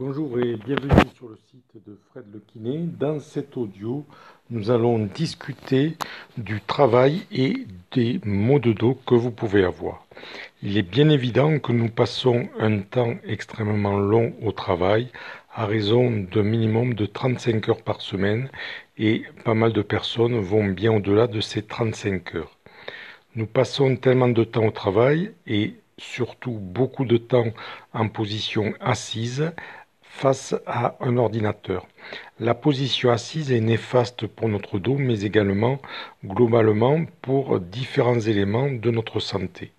Bonjour et bienvenue sur le site de Fred Le Kiné. Dans cet audio, nous allons discuter du travail et des maux de dos que vous pouvez avoir. Il est bien évident que nous passons un temps extrêmement long au travail, à raison d'un minimum de 35 heures par semaine, et pas mal de personnes vont bien au-delà de ces 35 heures. Nous passons tellement de temps au travail et surtout beaucoup de temps en position assise face à un ordinateur. La position assise est néfaste pour notre dos, mais également globalement pour différents éléments de notre santé.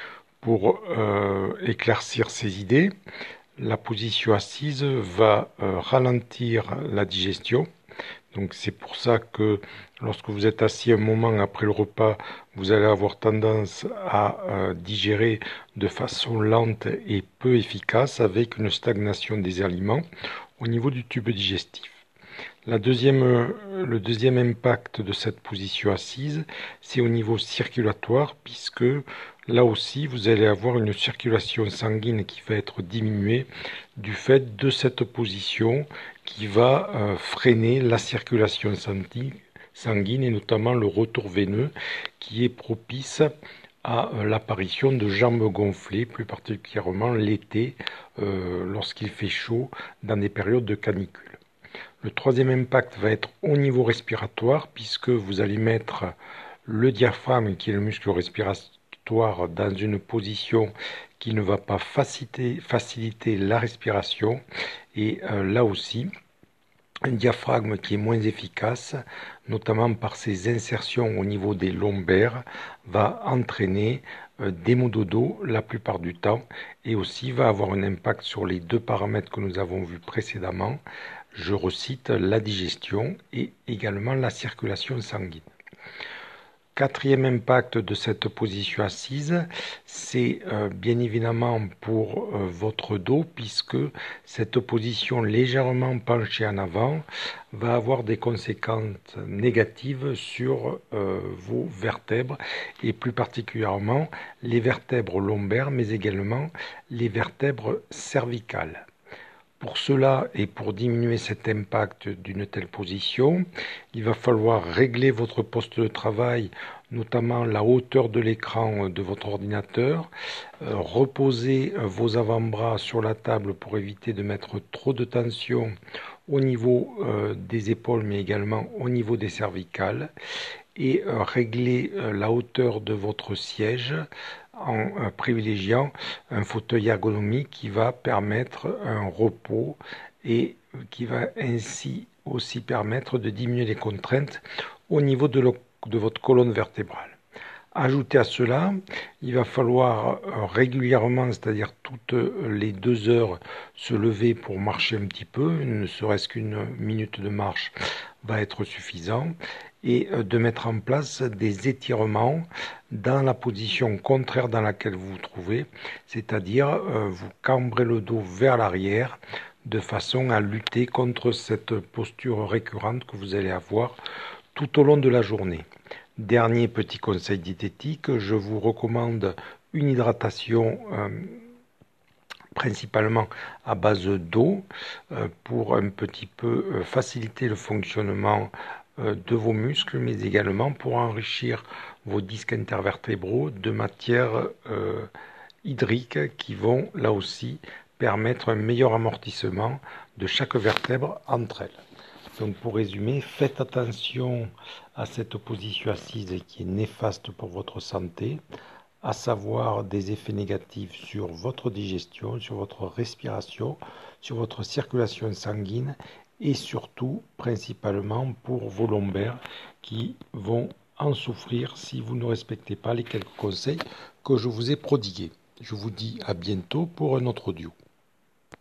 Pour éclaircir ces idées, la position assise va ralentir la digestion. Donc c'est pour ça que lorsque vous êtes assis un moment après le repas, vous allez avoir tendance à digérer de façon lente et peu efficace avec une stagnation des aliments au niveau du tube digestif. Le deuxième impact de cette position assise, c'est au niveau circulatoire, puisque là aussi, vous allez avoir une circulation sanguine qui va être diminuée du fait de cette position qui va freiner la circulation sanguine et notamment le retour veineux qui est propice à l'apparition de jambes gonflées, plus particulièrement l'été lorsqu'il fait chaud dans des périodes de canicule. Le troisième impact va être au niveau respiratoire, puisque vous allez mettre le diaphragme, qui est le muscle respiratoire, dans une position qui ne va pas faciliter la respiration. Et là aussi, un diaphragme qui est moins efficace, notamment par ses insertions au niveau des lombaires, va entraîner des maux de dos la plupart du temps et aussi va avoir un impact sur les deux paramètres que nous avons vus précédemment. Je recite la digestion et également la circulation sanguine. Quatrième impact de cette position assise, c'est bien évidemment pour votre dos, puisque cette position légèrement penchée en avant va avoir des conséquences négatives sur vos vertèbres, et plus particulièrement les vertèbres lombaires, mais également les vertèbres cervicales. Pour cela et pour diminuer cet impact d'une telle position, il va falloir régler votre poste de travail, notamment la hauteur de l'écran de votre ordinateur, reposer vos avant-bras sur la table pour éviter de mettre trop de tension au niveau des épaules, mais également au niveau des cervicales, et régler la hauteur de votre siège en privilégiant un fauteuil ergonomique qui va permettre un repos et qui va ainsi aussi permettre de diminuer les contraintes au niveau de votre colonne vertébrale. Ajouté à cela, il va falloir régulièrement, c'est-à-dire toutes les 2 heures, se lever pour marcher un petit peu, ne serait-ce qu'une minute de marche va être suffisant, et de mettre en place des étirements dans la position contraire dans laquelle vous vous trouvez, c'est-à-dire vous cambrez le dos vers l'arrière de façon à lutter contre cette posture récurrente que vous allez avoir tout au long de la journée. Dernier petit conseil diététique, je vous recommande une hydratation principalement à base d'eau pour un petit peu faciliter le fonctionnement de vos muscles, mais également pour enrichir vos disques intervertébraux de matières hydriques qui vont là aussi permettre un meilleur amortissement de chaque vertèbre entre elles. Donc pour résumer, faites attention à cette position assise qui est néfaste pour votre santé, à savoir des effets négatifs sur votre digestion, sur votre respiration, sur votre circulation sanguine et surtout, principalement pour vos lombaires qui vont en souffrir si vous ne respectez pas les quelques conseils que je vous ai prodigués. Je vous dis à bientôt pour un autre audio.